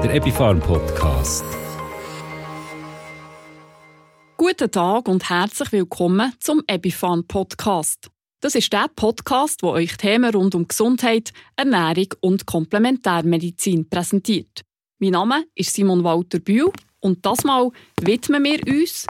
der Epifarm Podcast. Guten Tag und herzlich willkommen zum Epifarm Podcast. Das ist der Podcast, der euch Themen rund um Gesundheit, Ernährung und Komplementärmedizin präsentiert. Mein Name ist Simon Walter Bühl und das Mal widmen wir uns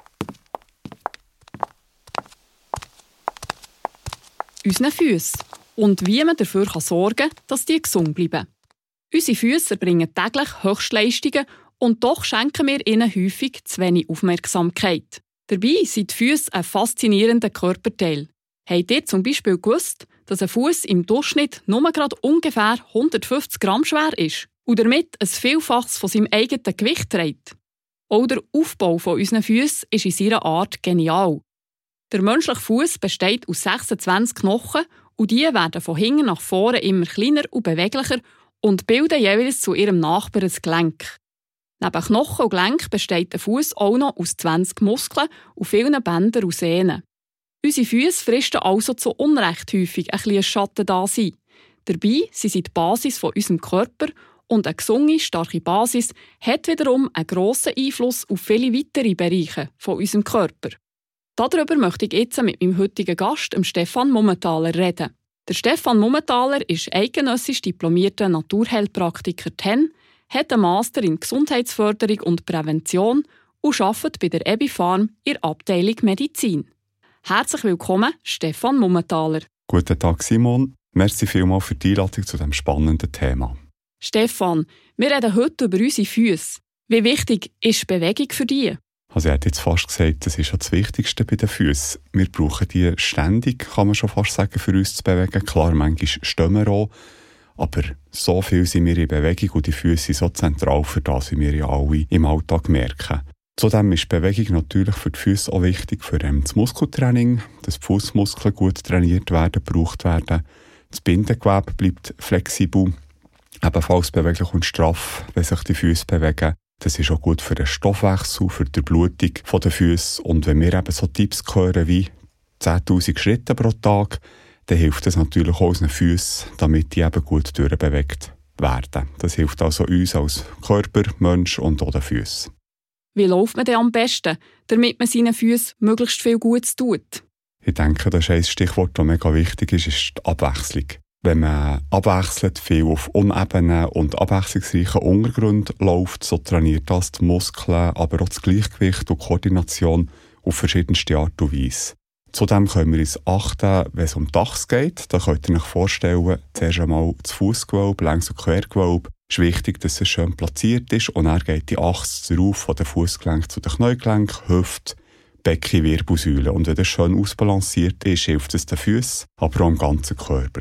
unseren Füßen und wie man dafür sorgen kann, dass die gesund bleiben. Unsere Füße erbringen täglich Höchstleistungen und doch schenken wir ihnen häufig zu wenig Aufmerksamkeit. Dabei sind die Füße ein faszinierender Körperteil. Habt ihr zum Beispiel gewusst, dass ein Fuß im Durchschnitt nur gerade ungefähr 150 Gramm schwer ist und damit ein Vielfaches von seinem eigenen Gewicht trägt? Auch der Aufbau von unseren Füßen ist in seiner Art genial. Der menschliche Fuß besteht aus 26 Knochen und die werden von hinten nach vorne immer kleiner und beweglicher und bilden jeweils zu ihrem Nachbarn ein Gelenk. Neben Knochen und Gelenk besteht der Fuß auch noch aus 20 Muskeln und vielen Bändern und Sehnen. Unsere Füße fristen also zu Unrecht häufig ein bisschen Schattendasein. Dabei sind sie die Basis von unserem Körper und eine gesunde, starke Basis hat wiederum einen grossen Einfluss auf viele weitere Bereiche von unserem Körper. Darüber möchte ich jetzt mit meinem heutigen Gast, Stefan Mummenthaler, reden. Der Stefan Mummenthaler ist eidgenössisch diplomierter Naturheilpraktiker TEN, hat einen Master in Gesundheitsförderung und Prävention und arbeitet bei der Epifarm in der Abteilung Medizin. Herzlich willkommen, Stefan Mummenthaler. Guten Tag, Simon. Merci vielmals für die Einladung zu diesem spannenden Thema. Stefan, wir reden heute über unsere Füße. Wie wichtig ist Bewegung für dich? Also ich hätte jetzt fast gesagt, das ist ja das Wichtigste bei den Füßen. Wir brauchen die ständig, kann man schon fast sagen, für uns zu bewegen. Klar, manchmal stehen wir auch, aber so viel sind wir in Bewegung und die Füße sind so zentral für das, wie wir ja alle im Alltag merken. Zudem ist Bewegung natürlich für die Füße auch wichtig für das Muskeltraining, dass die Fußmuskeln gut trainiert werden, gebraucht werden. Das Bindegewebe bleibt flexibel, ebenfalls beweglich und straff, wenn sich die Füße bewegen. Das ist auch gut für den Stoffwechsel, für die Blutung der Füße. Und wenn wir eben so Tipps hören wie 10'000 Schritte pro Tag, dann hilft das natürlich auch unseren Füßen, damit die eben gut durchbewegt werden. Das hilft also uns als Körper, Mensch und auch den Füßen. Wie läuft man denn am besten, damit man seinen Füßen möglichst viel Gutes tut? Ich denke, das ist ein Stichwort, das mega wichtig ist die Abwechslung. Wenn man abwechselnd viel auf unebenen und abwechslungsreichen Untergrund läuft, so trainiert das die Muskeln, aber auch das Gleichgewicht und Koordination auf verschiedenste Art und Weise. Zudem können wir uns achten, wenn es um die Achse geht. Da könnt ihr euch vorstellen, zuerst einmal das Fußgewölbe, Längs- und Quergewölbe. Es ist wichtig, dass es schön platziert ist und dann geht die Achse rauf von den Fußgelenken zu den Kniegelenken, Hüfte, Becken, Wirbelsäule. Und wenn das schön ausbalanciert ist, hilft es den Füßen, aber auch dem ganzen Körper.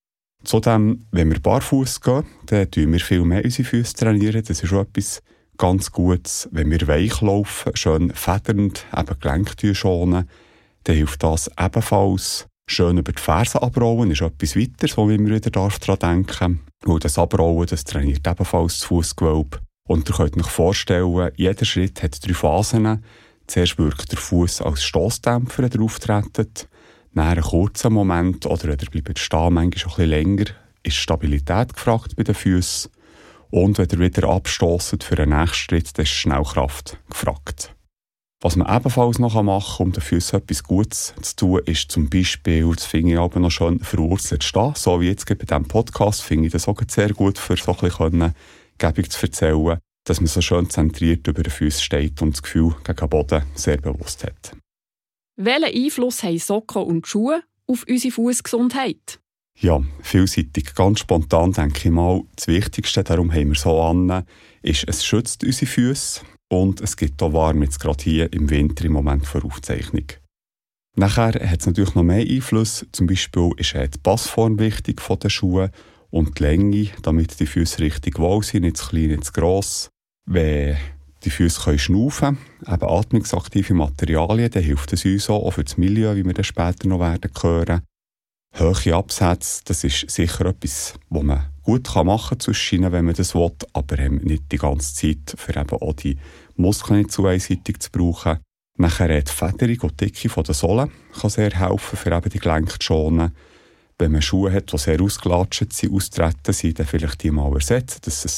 Zudem, wenn wir barfuß gehen, dann trainieren wir viel mehr unsere Füße trainieren. Das ist schon etwas ganz Gutes. Wenn wir weich laufen, schön federnd, eben Gelenke schonen, dann hilft das ebenfalls. Schön über die Fersen abrollen ist etwas weiteres, wo man wieder daran denken darf. Weil das Abrollen, das trainiert ebenfalls das Fußgewölbe. Und ihr könnt euch vorstellen, jeder Schritt hat 3 Phasen. Zuerst wirkt der Fuß als Stossdämpfer, der auftritt. Nach einem kurzen Moment, oder wenn ihr bleibt stehen, manchmal schon ein bisschen länger, ist Stabilität gefragt bei den Füßen. Und wenn ihr wieder abstösst für den nächsten Schritt, dann ist Schnellkraft gefragt. Was man ebenfalls noch machen kann, um den Füßen etwas Gutes zu tun, ist zum Beispiel, das finde ich aber noch schön, verwurzelt stehen. So wie jetzt bei diesem Podcast finde ich das auch sehr gut, für so ein bisschen Gebung zu erzählen, dass man so schön zentriert über den Füßen steht und das Gefühl gegen den Boden sehr bewusst hat. Welchen Einfluss haben Socken und Schuhe auf unsere Fußgesundheit? Ja, vielseitig. Ganz spontan denke ich mal, das Wichtigste, darum haben wir so an, ist, es schützt unsere Füße und es gibt auch warm, jetzt gerade hier im Winter im Moment vor Aufzeichnung. Nachher hat es natürlich noch mehr Einfluss. Zum Beispiel ist die Passform wichtig von den Schuhen und die Länge, damit die Füße richtig wohl sind, nicht zu klein, nicht zu gross. Wenn die Füße können schnaufen, eben atmungsaktive Materialien, dann hilft es uns auch für das Milieu, wie wir dann später noch werden hören. Hohe Absätze, das ist sicher etwas, was man gut machen kann zwischen, wenn man das will, aber nicht die ganze Zeit, für eben auch die Muskeln nicht zu einseitig zu brauchen. Nachher die Federung und die Dicke von der Sohle kann sehr helfen, für eben die Gelenke zu schonen. Wenn man Schuhe hat, die sehr ausgelatscht sind, austreten sind, dann vielleicht die mal ersetzen, dass es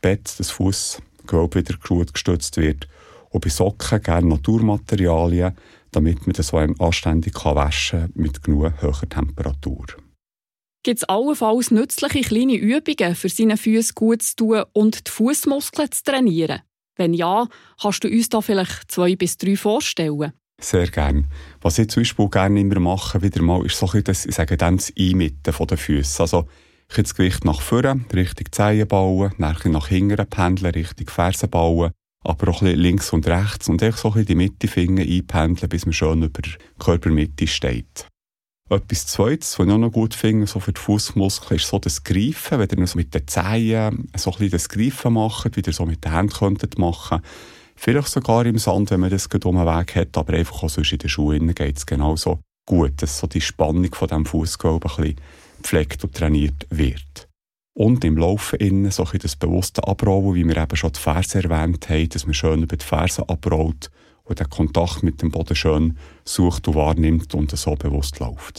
Bett das Fußgewölbe wieder gut gestützt wird. Und bei Socken gerne Naturmaterialien, damit man das so anständig waschen kann mit genug hoher Temperatur. Gibt es allenfalls nützliche kleine Übungen, für seine Füße gut zu tun und die Fußmuskeln zu trainieren? Wenn ja, kannst du uns da vielleicht 2 bis 3 vorstellen? Sehr gerne. Was ich zum Beispiel gerne immer mache, wieder mal, ist so ein bisschen das Einmitten der Füße. Also, ich das Gewicht nach vorne, Richtung Zehen bauen, dann nach hinten pendeln, Richtung Fersen bauen, aber auch ein bisschen links und rechts und echt so ein bisschen die Mittelfinger einpendeln, bis man schön über der Körpermitte steht. Etwas Zweites, was ich auch noch gut finde, so für die Fußmuskeln, ist so das Greifen. Wenn ihr so mit den Zehen so ein bisschen das Greifen macht, wie ihr so mit den Händen könntet machen. Vielleicht sogar im Sand, wenn man das gerade um den Weg hat, aber einfach auch sonst in den Schuhen geht es genauso gut, dass so die Spannung von diesem Fußgewölbe ein bisschen gepflegt und trainiert wird. Und im Laufen innen so ein bisschen das bewusste Abrollen, wie wir eben schon die Ferse erwähnt haben, dass man schön über die Ferse abrollt und den Kontakt mit dem Boden schön sucht und wahrnimmt und so bewusst läuft.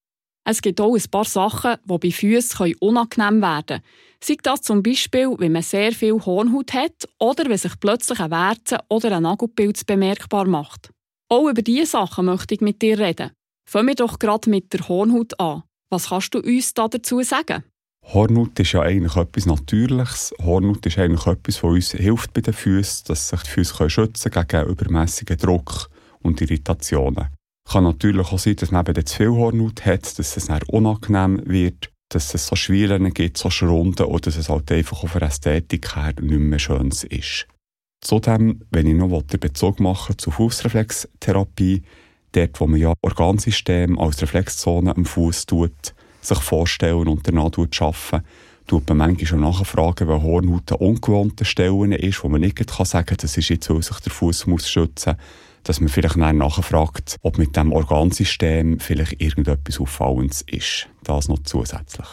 Es gibt auch ein paar Sachen, die bei Füßen unangenehm werden können. Sei das zum Beispiel, wenn man sehr viel Hornhaut hat oder wenn sich plötzlich eine Warze oder ein Nagelpilz bemerkbar macht. Auch über diese Sachen möchte ich mit dir reden. Fangen wir doch gerade mit der Hornhaut an. Was kannst du uns dazu sagen? Hornhaut ist ja eigentlich etwas Natürliches. Hornhaut ist eigentlich etwas, was uns hilft bei den Füßen, dass sich die Füße schützen können gegen übermässigen Druck und Irritationen. Es kann natürlich auch sein, dass man eben zu viel Hornhaut hat, dass es dann unangenehm wird, dass es so Schwielen gibt, so Schrunden oder dass es halt einfach auf der Ästhetik her nicht mehr schön ist. Zudem, wenn ich noch den Bezug machen zur Fußreflextherapie, dort wo man ja Organsystem als Reflexzone am Fuß sich vorstellen und danach arbeiten, tut man manchmal schon nachfragen, weil Hornhaut an ungewohnten Stellen ist, wo man nicht sagen kann, das ist jetzt, weil sich der Fuß schützen muss, dass man vielleicht nachfragt, ob mit dem Organsystem vielleicht irgendetwas Auffallendes ist. Das noch zusätzlich.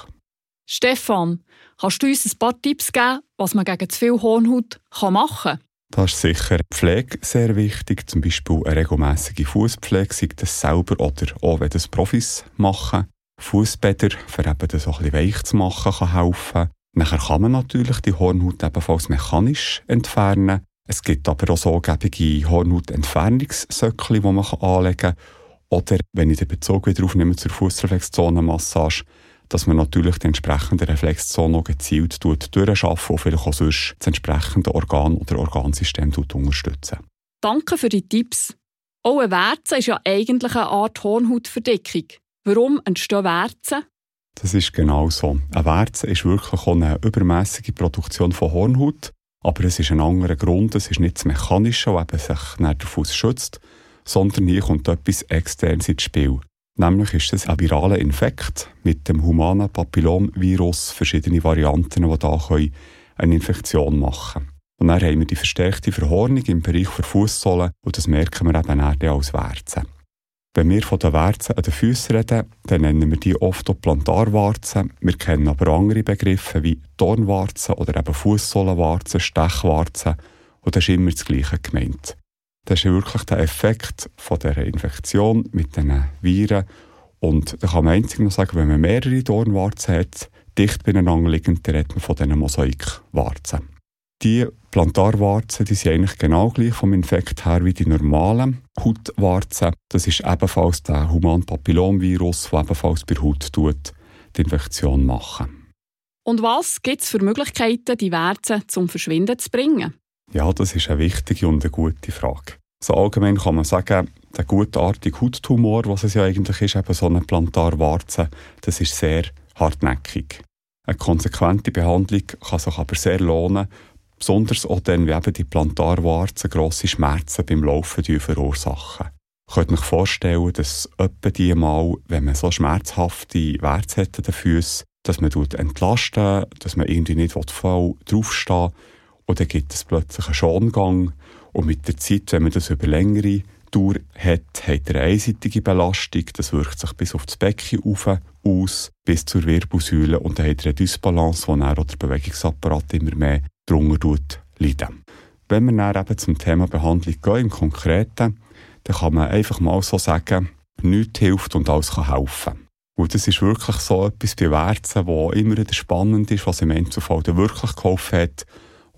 Stefan, kannst du uns ein paar Tipps geben, was man gegen zu viel Hornhaut machen kann? Das ist sicher Pflege sehr wichtig, zum Beispiel eine regelmässige Fußpflege, sei das selber oder auch wenn das Profis machen. Fußbäder, für eben das auch ein bisschen weich zu machen, kann helfen. Nachher kann man natürlich die Hornhaut ebenfalls mechanisch entfernen. Es gibt aber auch so gäbige Hornhautentfernungssöckchen, die man anlegen kann. Oder, wenn ich den Bezug wieder aufnehme zur Fußreflexzonenmassage, dass man natürlich die entsprechende Reflexzone auch gezielt durchschaffen und vielleicht auch sonst das entsprechende Organ oder Organsystem unterstützen. Danke für die Tipps. Auch eine Warze ist ja eigentlich eine Art Hornhautverdickung. Warum entstehen Warzen? Das ist genau so. Eine Warze ist wirklich auch eine übermässige Produktion von Hornhaut, aber es ist ein anderer Grund. Es ist nicht das Mechanische, das eben sich der Fuß schützt, sondern hier kommt etwas Externes ins Spiel. Nämlich ist es ein viraler Infekt mit dem humanen Papillomvirus, verschiedene Varianten, die hier eine Infektion machen können. Und dann haben wir die verstärkte Verhornung im Bereich der Fußsohlen und das merken wir eben dann als Warzen. Wenn wir von den Warzen an den Füßen reden, dann nennen wir die oft auch Plantarwarzen. Wir kennen aber andere Begriffe wie Dornwarzen oder eben Fußsohlenwarzen, Stechwarzen. Und das ist immer das Gleiche gemeint. Das ist wirklich der Effekt von dieser Infektion mit diesen Viren. Und da kann man einzig noch sagen, wenn man mehrere Dornwarzen hat, dicht beieinander liegend, dann redet man von diesen Mosaikwarzen. Die Plantarwarzen, die sind eigentlich genau gleich vom Infekt her wie die normalen Hautwarzen. Das ist ebenfalls der Human Papillomvirus, der ebenfalls bei der Haut die Infektion machen. Und was gibt es für Möglichkeiten, die Warzen zum Verschwinden zu bringen? Ja, das ist eine wichtige und eine gute Frage. So allgemein kann man sagen, der gutartige Hauttumor, was es ja eigentlich ist, eben so eine Plantarwarze, das ist sehr hartnäckig. Eine konsequente Behandlung kann sich aber sehr lohnen, besonders auch dann, wie eben die Plantarwarzen grosse Schmerzen beim Laufen verursachen. Ich könnte mir vorstellen, dass etwa die Mal, wenn man so schmerzhafte Warzen hat an den Füssen, dass man entlasten, dass man irgendwie nicht voll draufstehen will. Und dann gibt es plötzlich einen Schongang. Und mit der Zeit, wenn man das über längere Dauer hat er eine einseitige Belastung. Das wirkt sich bis auf das Becken aus, bis zur Wirbelsäule. Und dann hat er eine Dysbalance, wo dann auch der Bewegungsapparat immer mehr darunter leiden. Wenn wir dann eben zum Thema Behandlung gehen, im Konkreten, dann kann man einfach mal so sagen, nichts hilft und alles kann helfen. Und das ist wirklich so etwas bei Warzen, was immer wieder spannend ist, was im Einzelfall wirklich geholfen hat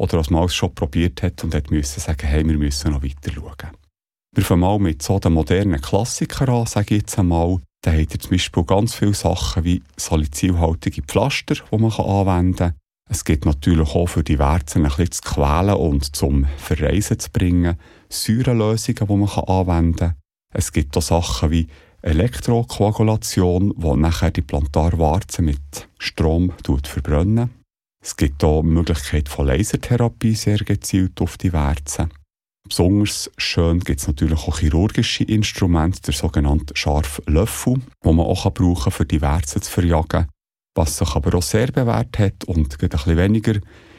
oder als man es schon probiert hat und musste sagen, hey, wir müssen noch weiter schauen. Wir fangen mal mit so den modernen Klassikern an, sage ich jetzt einmal. Da habt ihr zum Beispiel ganz viele Sachen wie salicylhaltige Pflaster, die man anwenden kann. Es gibt natürlich auch für die Warzen ein bisschen zu quälen und zum Verreisen zu bringen Säurelösungen, die man anwenden kann. Es gibt auch Sachen wie Elektrokoagulation, die nachher die Plantarwarzen mit Strom verbrennen. Es gibt auch die Möglichkeit von Lasertherapie, sehr gezielt auf die Warzen. Besonders schön gibt es natürlich auch chirurgische Instrumente, der sogenannte scharfe Löffel, den man auch brauchen kann, für die Warzen zu verjagen. Was sich aber auch sehr bewährt hat und ein bisschen weniger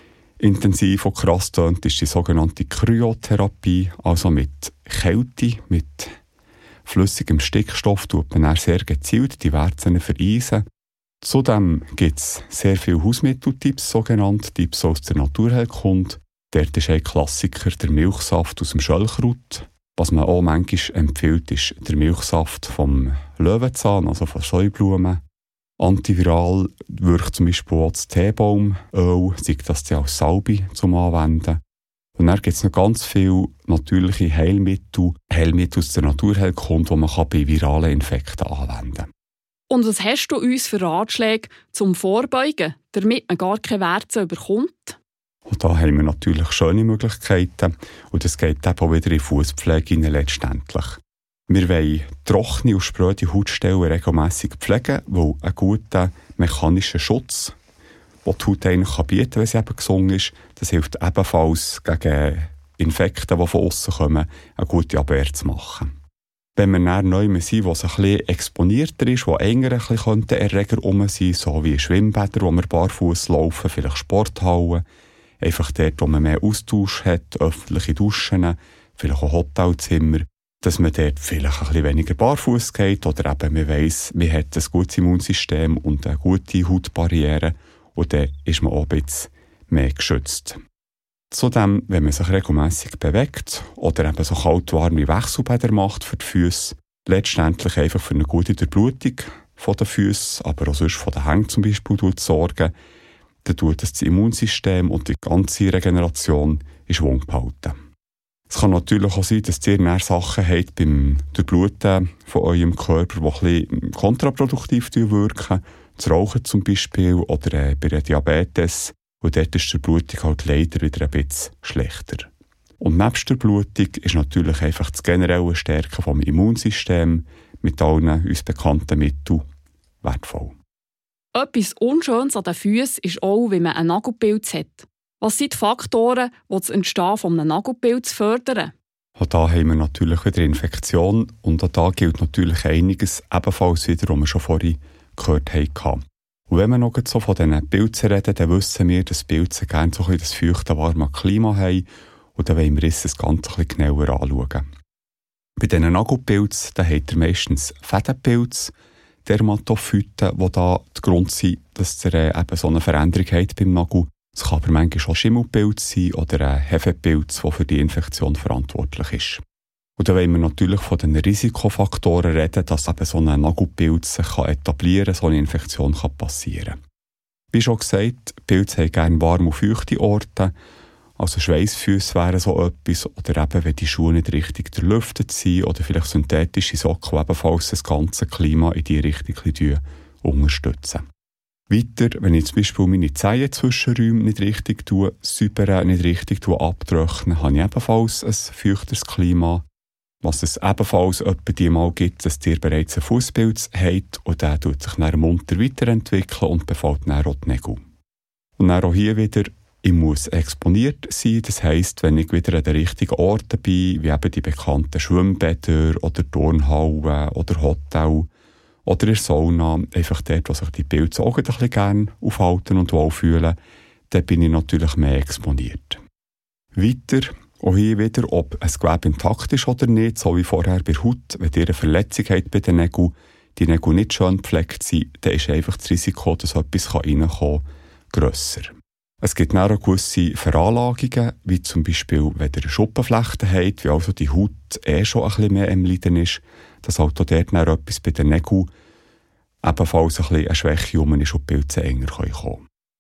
intensiv und krass tönt, ist die sogenannte Kryotherapie, also mit Kälte, mit flüssigem Stickstoff tut man dann sehr gezielt die Warzen vereisen. Zudem gibt es sehr viele Hausmitteltipps, sogenannte Tipps aus der Naturheilkunde. Dort ist ein Klassiker der Milchsaft aus dem Schöllkraut. Was man auch manchmal empfiehlt, ist der Milchsaft vom Löwenzahn, also von Säublumen. Antiviral wirkt zum Beispiel auch das Teebaumöl, sei das ja als Salbe zum Anwenden. Und dann gibt es noch ganz viele natürliche Heilmittel aus der Naturheilkunde, die man bei viralen Infekten anwenden kann. Und was hast du uns für Ratschläge zum Vorbeugen, damit man gar keine Warzen bekommt? Und da haben wir natürlich schöne Möglichkeiten. Und es geht eben auch wieder in Fußpflege letztendlich. Wir wollen trockene und spröde Hautstellen regelmässig pflegen, weil ein guter mechanischer Schutz, den die Haut eigentlich bieten kann, wenn sie eben gesund ist, das hilft ebenfalls gegen Infekte, die von außen kommen, eine gute Abwehr zu machen. Wenn wir dann neu sind, wo es ein bisschen exponierter ist, wo enger ein bisschen Erreger rum sein, so wie Schwimmbäder, wo wir barfuß laufen, vielleicht Sporthallen, einfach dort, wo man mehr Austausch hat, öffentliche Duschen, vielleicht auch Hotelzimmer, dass man dort vielleicht ein bisschen weniger barfuß geht oder eben man weiss, man hat ein gutes Immunsystem und eine gute Hautbarriere und dann ist man auch ein bisschen mehr geschützt. Zudem, wenn man sich regelmässig bewegt oder eben so kalt-warme Wechselbäder macht für die Füße, letztendlich einfach für eine gute Durchblutung von den Füßen, aber auch sonst von den Hängen zum Beispiel sorgen, dann tut das Immunsystem und die ganze Regeneration in Schwung behalten. Es kann natürlich auch sein, dass ihr mehr Sachen habt beim Durchbluten von eurem Körper, die ein bisschen kontraproduktiv wirken. Das Rauchen zum Beispiel oder bei Diabetes. Und dort ist die Blutung halt leider wieder ein bisschen schlechter. Und nebst der Blutung ist natürlich einfach das generelle Stärken vom Immunsystem mit allen uns bekannten Mitteln wertvoll. Etwas Unschönes an den Füßen ist auch, wenn man einen Nagelpilz hat. Was sind die Faktoren, die das Entstehen eines Nagelpilz fördern? Auch da haben wir natürlich wieder Infektion und auch da gilt natürlich einiges ebenfalls wieder, was wir schon vorhin gehört haben. Und wenn wir noch so von diesen Pilzen reden, dann wissen wir, dass Pilze gerne so ein das feuchte, warme Klima haben und dann wollen wir uns das Ganze ein bisschen genauer anschauen. Bei diesen Nagelpilzen habt ihr meistens Fädenpilz, Dermatophyten, die da der Grund sind, dass ihr eben so eine Veränderung habt beim Nagel. Es kann aber manchmal auch Schimmelpilz sein oder ein Hefepilz, der für die Infektion verantwortlich ist. Und dann wollen wir natürlich von den Risikofaktoren reden, dass eben so ein Nagelpilz sich etablieren kann, so eine Infektion kann passieren. Wie schon gesagt, Pilze haben gerne warme und feuchte Orte, also Schweissfüsse wären so etwas, oder eben, wenn die Schuhe nicht richtig durchlüftet sind, oder vielleicht synthetische Socken, die ebenfalls das ganze Klima in die Richtung unterstützen. Weiter, wenn ich zum Beispiel meine Zehenzwischenräume nicht richtig säubere, nicht richtig abtrockne, habe ich ebenfalls ein feuchteres Klima. Was es ebenfalls etwa die Mal gibt, dass ihr bereits einen Fußpilz habt und der tut sich dann munter weiterentwickeln und befällt dann auch die Nägel. Und dann auch hier wieder, ich muss exponiert sein, das heisst, wenn ich wieder an den richtigen Orten bin, wie eben die bekannten Schwimmbäder oder Turnhallen oder Hotel oder in der Sauna, einfach dort, wo sich die Pilze auch ein bisschen gerne aufhalten und wohlfühlen, dann bin ich natürlich mehr exponiert. Weiter, auch hier wieder, ob ein Gewebe intakt ist oder nicht, so wie vorher bei der Haut. Wenn ihr eine Verletzung habt bei den Nägeln, die Nägel nicht schön gepflegt sind, dann ist einfach das Risiko, dass etwas reinkommen kann, grösser. Es gibt auch gewisse Veranlagungen, wie zum Beispiel, wenn ihr Schuppenflechten habt, wie also die Haut schon ein bisschen mehr im Leiden ist, dass halt auch dort noch etwas bei den Nägeln ebenfalls ein bisschen eine Schwäche ist und die Pilze enger kommen können.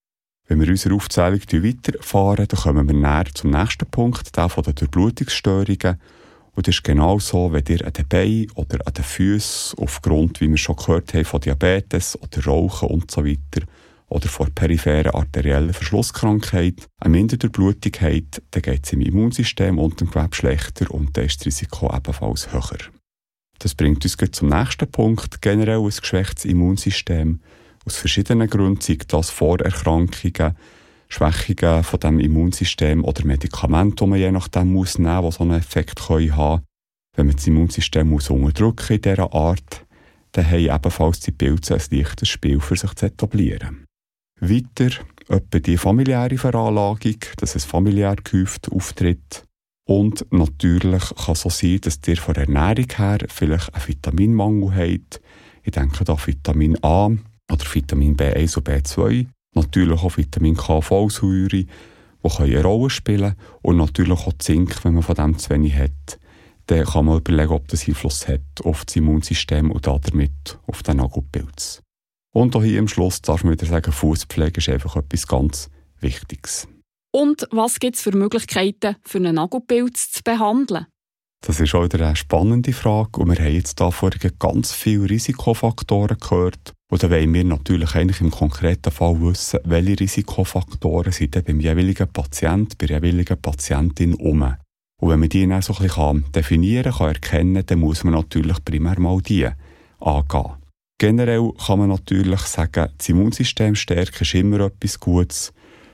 Wenn wir unsere Aufzählung weiterfahren, dann kommen wir näher zum nächsten Punkt, der von den Durchblutungsstörungen. Und das ist genau so, wenn ihr an den Beinen oder an den Füßen aufgrund, wie wir schon gehört haben, von Diabetes oder Rauchen und so weiter oder von peripheren arteriellen Verschlusskrankheit eine Minderdurchblutung habt, dann geht es im Immunsystem und dem Gewebe schlechter und dann ist das Risiko ebenfalls höher. Das bringt uns zum nächsten Punkt, generell ein geschwächtes Immunsystem. Aus verschiedenen Gründen, sei das Vorerkrankungen, Schwächungen von dem Immunsystem oder Medikamente, die man je nachdem muss nehmen muss, die so einen Effekt haben können. Wenn man das Immunsystem unterdrücken in dieser Art, dann haben ebenfalls die Pilze ein leichtes Spiel für sich zu etablieren. Weiter etwa die familiäre Veranlagung, dass es familiär gehäuft auftritt. Und natürlich kann es so sein, dass ihr von der Ernährung her vielleicht einen Vitaminmangel habt. Ich denke da Vitamin A oder Vitamin B1 und B2. Natürlich auch Vitamin K, Folsäure, die eine Rolle spielen können. Und natürlich auch Zink, wenn man von dem zu wenig hat. Dann kann man überlegen, ob das Einfluss hat auf das Immunsystem und damit auf den Nagelpilz. Und auch hier am Schluss darf man wieder sagen, Fußpflege ist einfach etwas ganz Wichtiges. Und was gibt es für Möglichkeiten, für einen Nagelpilz zu behandeln? Das ist auch wieder eine spannende Frage und wir haben jetzt da vorhin ganz viele Risikofaktoren gehört. Und da wollen wir natürlich eigentlich im konkreten Fall wissen, welche Risikofaktoren sind denn beim jeweiligen Patient, bei der jeweiligen Patientin um. Und wenn man die dann so ein bisschen definieren kann, erkennen, dann muss man natürlich primär mal die angehen. Generell kann man natürlich sagen, das Immunsystem stärken ist immer etwas Gutes.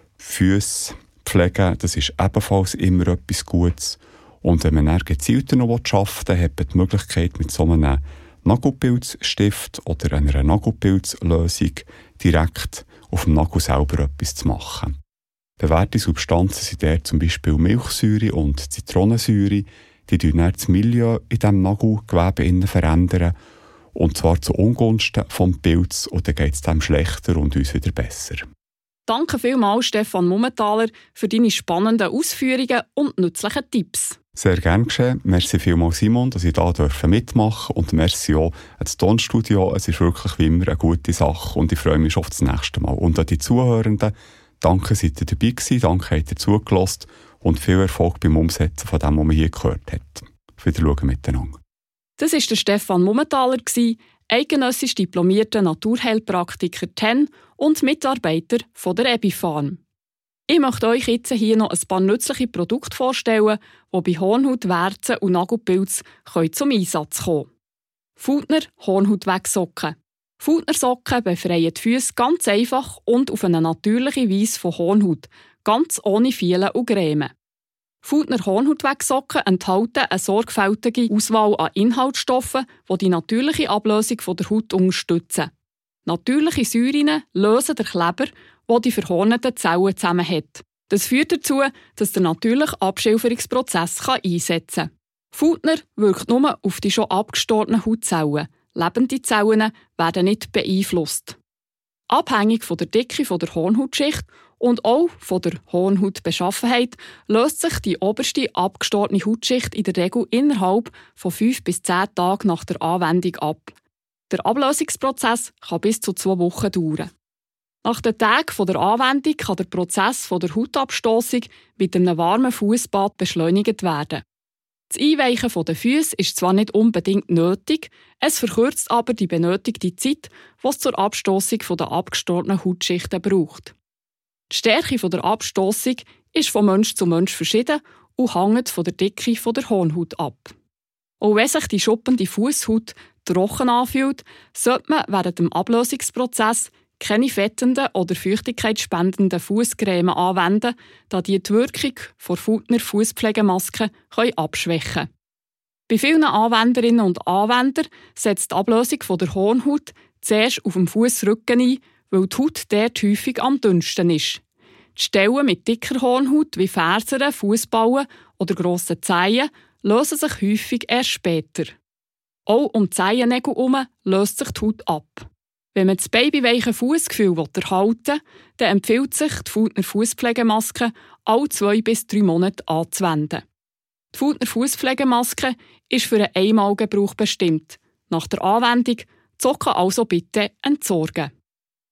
Füße pflegen, das ist ebenfalls immer etwas Gutes. Und wenn man dann gezielter noch arbeiten will, dann hat man die Möglichkeit, mit so einem Nagelpilzstift oder einer Nagelpilzlösung direkt auf dem Nagel selber etwas zu machen. Bewährte Substanzen sind der zum Beispiel Milchsäure und Zitronensäure. Die verändern das Milieu in diesem Nagelgewebe verändern. Und zwar zu Ungunsten des Pilz. Und dann geht es dem schlechter und uns wieder besser. Danke vielmals, Stefan Mummentaler, für deine spannenden Ausführungen und nützlichen Tipps. Sehr gerne geschehen. Merci vielmals, Simon, dass ich hier mitmachen durfte. Und merci auch ans Tonstudio. Es ist wirklich wie immer eine gute Sache und ich freue mich auf das nächste Mal. Und an die Zuhörenden, danke, seid ihr dabei gewesen, danke, habt ihr zugelassen und viel Erfolg beim Umsetzen von dem, was man hier gehört hat. Auf Wiedersehen miteinander. Das war der Stefan Mummentaler, eidgenössisch diplomierter Naturheilpraktiker TEN und Mitarbeiter von der Ebifarm. Ich möchte euch jetzt hier noch ein paar nützliche Produkte vorstellen, die bei Hornhaut, Warzen und Nagelpilz zum Einsatz kommen können. Futhner Hornhautwegsocken. Futhner-Socken befreien die Füße ganz einfach und auf eine natürliche Weise von Hornhaut, ganz ohne Fielen und Grämen. Futhner Hornhautwegsocken enthalten eine sorgfältige Auswahl an Inhaltsstoffen, die die natürliche Ablösung der Haut unterstützen. Natürliche Säuren lösen den Kleber, der die verhorneten Zellen zusammenhält. Das führt dazu, dass der natürliche Abschilferungsprozess einsetzen kann. Futhner wirkt nur auf die schon abgestorbenen Hautzellen. Lebende Zellen werden nicht beeinflusst. Abhängig von der Dicke der Hornhautschicht und auch von der Hornhautbeschaffenheit löst sich die oberste abgestorbene Hautschicht in der Regel innerhalb von 5 bis 10 Tagen nach der Anwendung ab. Der Ablösungsprozess kann bis zu 2 Wochen dauern. Nach den Tagen der Anwendung kann der Prozess der Hautabstossung mit einem warmen Fußbad beschleunigt werden. Das Einweichen der Füße ist zwar nicht unbedingt nötig, es verkürzt aber die benötigte Zeit, die es zur Abstossung der abgestorbenen Hautschichten braucht. Die Stärke der Abstossung ist von Mensch zu Mensch verschieden und hängt von der Dicke der Hornhaut ab. Auch wenn sich die schuppende Fußhaut trocken anfühlt, sollte man während dem Ablösungsprozess keine fettenden oder feuchtigkeitsspendenden Fußcreme anwenden, da die Wirkung der Futhner Fußpflegemaske abschwächen können. Bei vielen Anwenderinnen und Anwendern setzt die Ablösung der Hornhaut zuerst auf dem Fußrücken ein, weil die Haut dort häufig am dünnsten ist. Die Stellen mit dicker Hornhaut wie Fersen, Fußballen oder grossen Zehen lösen sich häufig erst später. Auch um die Zehennägel herum löst sich die Haut ab. Wenn man das babyweiche Fußgefühl erhalten will, dann empfiehlt sich die Futhner Fußpflegemaske alle 2 bis 3 Monate anzuwenden. Die Futhner Fußpflegemaske ist für einen Einmalgebrauch bestimmt. Nach der Anwendung die Socken also bitte entsorgen.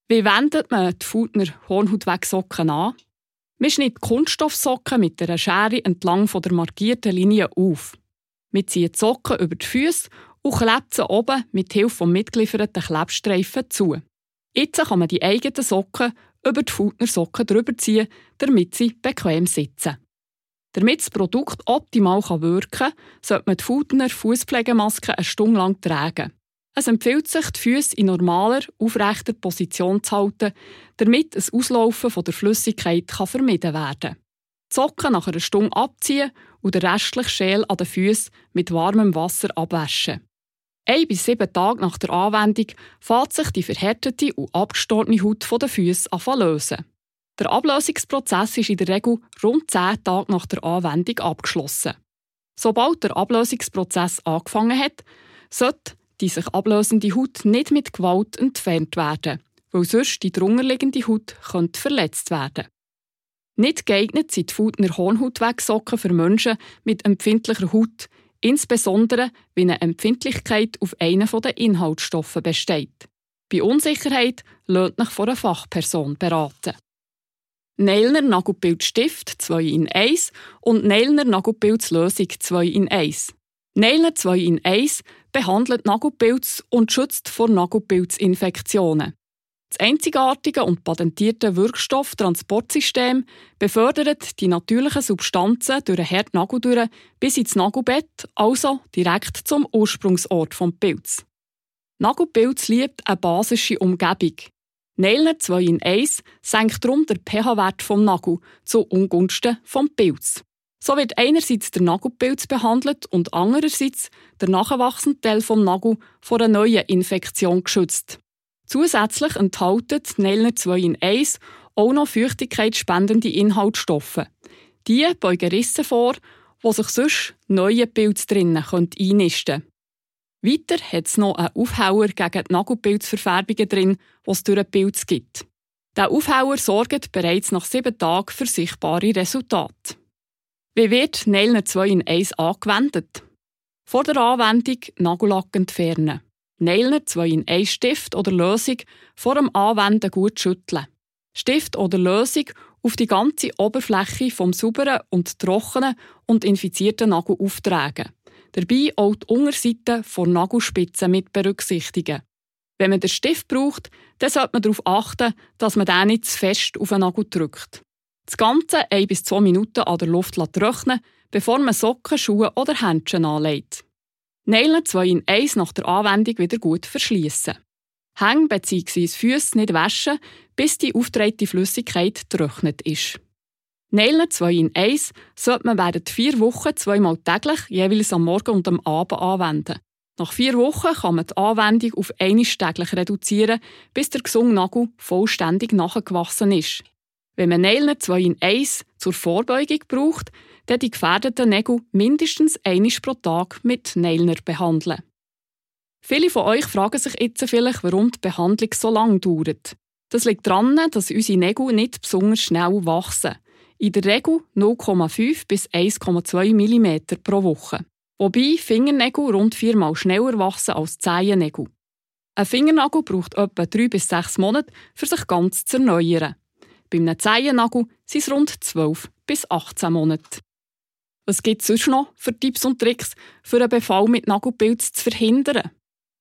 Wie wendet man die Fultner Hornhautwegsocken an? Man schneidet Kunststoffsocken mit einer Schere entlang der markierten Linie auf. Wir ziehen die Socken über die Füße und klebt sie oben mit Hilfe des mitgelieferten Klebstreifen zu. Jetzt kann man die eigenen Socken über die Fultner Socken drüber ziehen, damit sie bequem sitzen. Damit das Produkt optimal wirken kann, sollte man die Fultner Fußpflegemaske eine Stunde lang tragen. Es empfiehlt sich, die Füße in normaler, aufrechter Position zu halten, damit ein Auslaufen der Flüssigkeit vermieden werden kann. Die Socken nach einer Stunde abziehen und den restlichen Schäl an den Füßen mit warmem Wasser abwaschen. 1 bis 7 Tage nach der Anwendung fängt sich die verhärtete und abgestorbene Haut der Füße an zu lösen. Der Ablösungsprozess ist in der Regel rund 10 Tage nach der Anwendung abgeschlossen. Sobald der Ablösungsprozess angefangen hat, sollte die sich ablösende Haut nicht mit Gewalt entfernt werden, weil sonst die drunterliegende Haut verletzt werden könnte. Nicht geeignet sind die Fultner Hornhautwegsocken für Menschen mit empfindlicher Haut, insbesondere wenn eine Empfindlichkeit auf einen der Inhaltsstoffe besteht. Bei Unsicherheit lasst euch von einer Fachperson beraten. Neilner Nagelpilzstift 2 in 1 und Neilner Nagelpilzlösung 2 in 1. Neilner 2 in 1 behandelt Nagelpilz und schützt vor Nagelpilzinfektionen. Das einzigartige und patentierte Wirkstofftransportsystem befördert die natürlichen Substanzen durch einen harten Nagel durch bis ins Nagelbett, also direkt zum Ursprungsort des Pilz. Nagelpilz liebt eine basische Umgebung. Neilner 2 in 1 senkt darum den pH-Wert des Nagels zu Ungunsten des Pilz. So wird einerseits der Nagelpilz behandelt und andererseits der nachwachsende Teil des Nagels vor einer neuen Infektion geschützt. Zusätzlich enthalten die Neilner 2 in 1 auch noch feuchtigkeitsspendende Inhaltsstoffe. Die beugen Risse vor, wo sich sonst neue Pilze drinnen einnisten können. Weiter hat es noch einen Aufhauer gegen die Nagelpilzverfärbungen drin, die es durch den Pilz gibt. Der Aufhauer sorgt bereits nach 7 Tagen für sichtbare Resultate. Wie wird Neilner 2 in 1 angewendet? Vor der Anwendung Nagellack entfernen. Neilner 2 in 1 Stift oder Lösung vor dem Anwenden gut schütteln. Stift oder Lösung auf die ganze Oberfläche vom sauberen und trockenen und infizierten Nagel auftragen. Dabei auch die Unterseite der Nagelspitze mit berücksichtigen. Wenn man den Stift braucht, dann sollte man darauf achten, dass man den nicht zu fest auf den Nagel drückt. Das Ganze 1 bis 2 Minuten an der Luft trocknen, bevor man Socken, Schuhe oder Händchen anlegt. Neilner 2 in 1 nach der Anwendung wieder gut verschliessen. Hänge bzw. Füße nicht waschen, bis die aufgetragene Flüssigkeit getrocknet ist. Neilner 2 in 1 sollte man während 4 Wochen 2-mal täglich, jeweils am Morgen und am Abend anwenden. Nach 4 Wochen kann man die Anwendung auf 1 täglich reduzieren, bis der gesunde Nagel vollständig nachgewachsen ist. Wenn man Neilner 2 in 1 zur Vorbeugung braucht, dann die gefährdeten Nägel mindestens 1 pro Tag mit Neilner behandeln. Viele von euch fragen sich jetzt vielleicht, warum die Behandlung so lange dauert. Das liegt daran, dass unsere Nägel nicht besonders schnell wachsen. In der Regel 0,5 bis 1,2 mm pro Woche. Wobei Fingernägel rund 4-mal schneller wachsen als Zehennägel. Ein Fingernagel braucht etwa 3 bis 6 Monate, für sich ganz zu erneuern. Bei einem Zehennagel sind es rund 12 bis 18 Monate. Was gibt es sonst noch für Tipps und Tricks, für einen Befall mit Nagelpilz zu verhindern?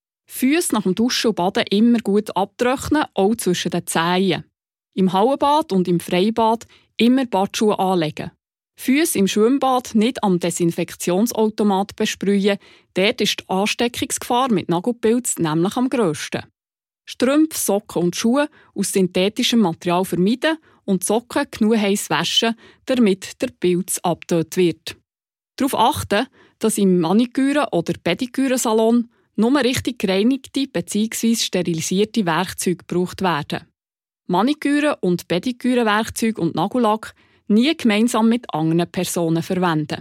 Füße nach dem Duschen und Baden immer gut abtrocknen, auch zwischen den Zehen. Im Hallenbad und im Freibad immer Badschuhe anlegen. Füße im Schwimmbad nicht am Desinfektionsautomat besprühen, dort ist die Ansteckungsgefahr mit Nagelpilz nämlich am grössten. Strümpfe, Socken und Schuhe aus synthetischem Material vermeiden und Socken genug heiß waschen, damit der Pilz abgetötet wird. Darauf achten, dass im Maniküre- oder Pediküre-Salon nur richtig gereinigte bzw. sterilisierte Werkzeuge gebraucht werden. Maniküre- und Pediküre-Werkzeuge und Nagellack nie gemeinsam mit anderen Personen verwenden.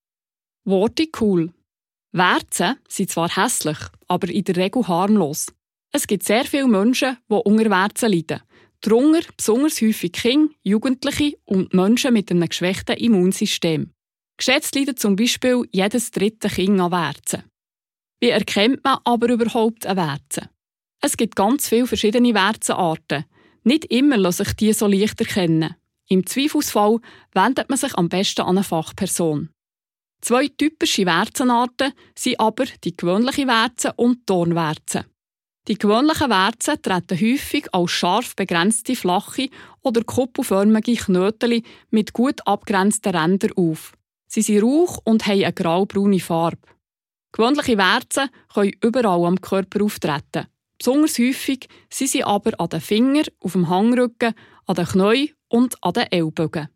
Worte cool. Warzen sind zwar hässlich, aber in der Regel harmlos. Es gibt sehr viele Menschen, die unter Warzen leiden. Darunter besonders häufig Kinder, Jugendliche und Menschen mit einem geschwächten Immunsystem. Geschätzt leidet zum Beispiel jedes 3. Kind an Warzen. Wie erkennt man aber überhaupt eine Warze? Es gibt ganz viele verschiedene Warzenarten. Nicht immer lassen sich die so leicht erkennen. Im Zweifelsfall wendet man sich am besten an eine Fachperson. 2 typische Warzenarten sind aber die gewöhnliche Warze und die Dornwarze. Die gewöhnlichen Warzen treten häufig als scharf begrenzte flache oder kuppelförmige Knötchen mit gut abgrenzten Rändern auf. Sie sind rauch und haben eine graubraune Farbe. Gewöhnliche Warzen können überall am Körper auftreten. Besonders häufig sind sie aber an den Fingern, auf dem Hangrücken, an den Knien und an den Ellbogen.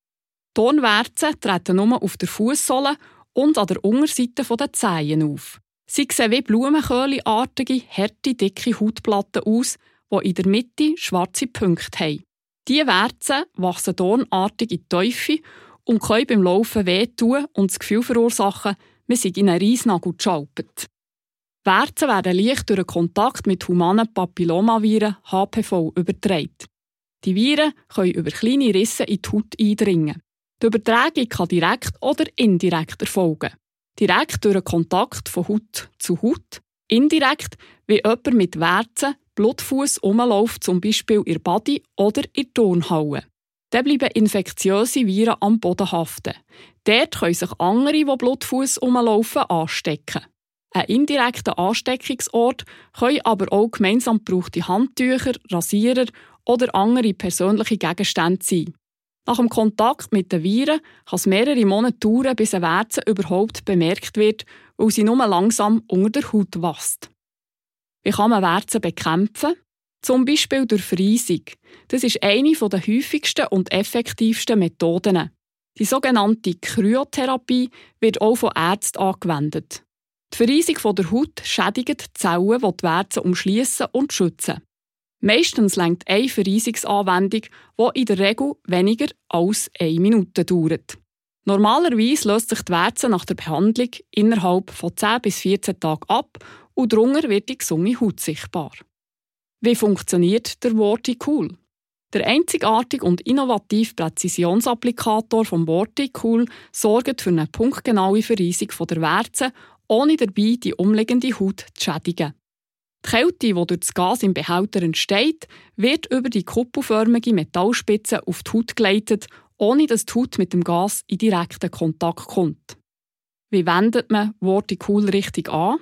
Dornwarzen treten nur auf der Fußsohle und an der Unterseite der Zehen auf. Sie sehen wie Blumenköhli-artige, harte, dicke Hautplatten aus, die in der Mitte schwarze Punkte haben. Diese Warzen wachsen dornartig in die Teufel und können beim Laufen wehtun und das Gefühl verursachen, man sei in einen Reisnagel geschalpert. Warzen werden leicht durch den Kontakt mit humanen Papillomaviren HPV übertragen. Die Viren können über kleine Risse in die Haut eindringen. Die Übertragung kann direkt oder indirekt erfolgen. Direkt durch den Kontakt von Haut zu Haut, indirekt, wie jemand mit Warzen blutfuss rumläuft, zum Beispiel in der Body oder in der Turnhalle. Dann bleiben infektiöse Viren am Boden haften. Dort können sich andere, die blutfuss rumlaufen, anstecken. Ein indirekter Ansteckungsort können aber auch gemeinsam gebrauchte Handtücher, Rasierer oder andere persönliche Gegenstände sein. Nach dem Kontakt mit den Viren kann es mehrere Monate dauern, bis eine Warze überhaupt bemerkt wird, weil sie nur langsam unter der Haut wächst. Wie kann man Warzen bekämpfen? Zum Beispiel durch Verreisung. Das ist eine der häufigsten und effektivsten Methoden. Die sogenannte Kryotherapie wird auch von Ärzten angewendet. Die Verreisung der Haut schädigt die Zellen, die die Warzen umschliessen und schützen. Meistens reicht eine Verreisungsanwendung, die in der Regel weniger als 1 Minute dauert. Normalerweise löst sich die Warze nach der Behandlung innerhalb von 10 bis 14 Tagen ab und darunter wird die gesunde Haut sichtbar. Wie funktioniert der Vorticool? Der einzigartige und innovative Präzisionsapplikator vom Vorticool sorgt für eine punktgenaue Verreisung der Warze, ohne dabei die umliegende Haut zu schädigen. Die Kälte, die durch das Gas im Behälter entsteht, wird über die kuppelförmige Metallspitze auf die Haut geleitet, ohne dass die Haut mit dem Gas in direkten Kontakt kommt. Wie wendet man Vorticool richtig an?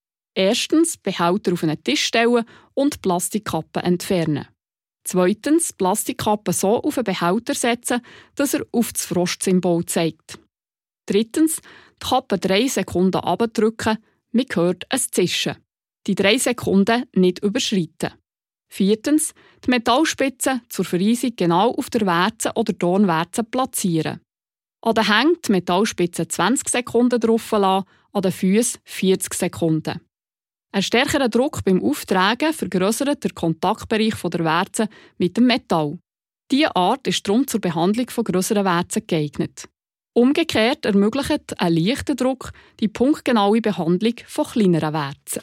Erstens Behälter auf einen Tisch stellen und Plastikkappen entfernen. Zweitens Plastikkappen so auf einen Behälter setzen, dass er auf das Frostsymbol zeigt. Drittens die Kappe 3 Sekunden abdrücken, man hört ein Zischen. Die 3 Sekunden nicht überschreiten. Viertens die Metallspitze zur Verreisung genau auf der Warze oder Dornwarze platzieren. An den Hängen die Metallspitze 20 Sekunden drauf lassen, an den Füßen 40 Sekunden. Ein stärkerer Druck beim Auftragen vergrössert den Kontaktbereich der Warze mit dem Metall. Diese Art ist darum zur Behandlung von grösseren Warzen geeignet. Umgekehrt ermöglicht ein leichter Druck die punktgenaue Behandlung von kleineren Warzen.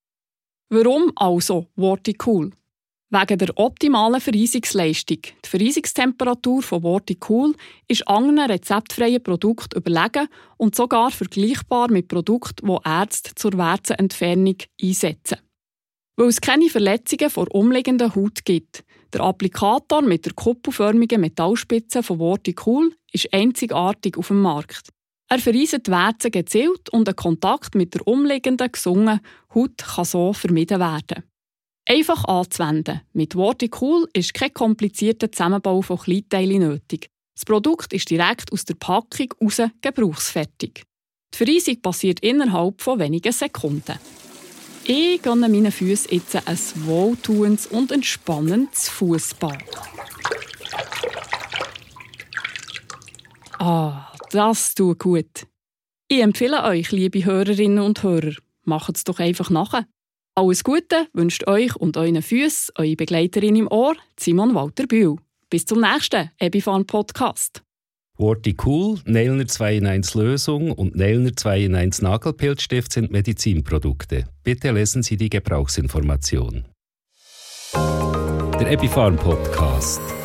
Warum also Vorticool? Wegen der optimalen Verreisungsleistung. Die Verreisungstemperatur von Vorticool ist anderen rezeptfreien Produkten überlegen und sogar vergleichbar mit Produkten, die Ärzte zur Warzenentfernung einsetzen. Weil es keine Verletzungen vor umliegender Haut gibt. Der Applikator mit der kuppelförmigen Metallspitze von Vorticool ist einzigartig auf dem Markt. Er verreist die Warzen gezielt und ein Kontakt mit der umliegenden, gesunden Haut kann so vermieden werden. Einfach anzuwenden. Mit Vorticool ist kein komplizierter Zusammenbau von Kleinteilen nötig. Das Produkt ist direkt aus der Packung raus gebrauchsfertig. Die Verreisung passiert innerhalb von wenigen Sekunden. Ich gönne meinen Füßen jetzt ein wohltuendes und entspannendes Fußbad. Das tut gut. Ich empfehle euch, liebe Hörerinnen und Hörer, macht es doch einfach nachher. Alles Gute wünscht euch und euren Füßen eure Begleiterin im Ohr, Simon Walter Bühl. Bis zum nächsten Ebifarm Podcast. Vorticool, Nailner 2 in 1 Lösung und Nailner 2 in 1 Nagelpilzstift sind Medizinprodukte. Bitte lesen Sie die Gebrauchsinformation. Der Ebifarm Podcast.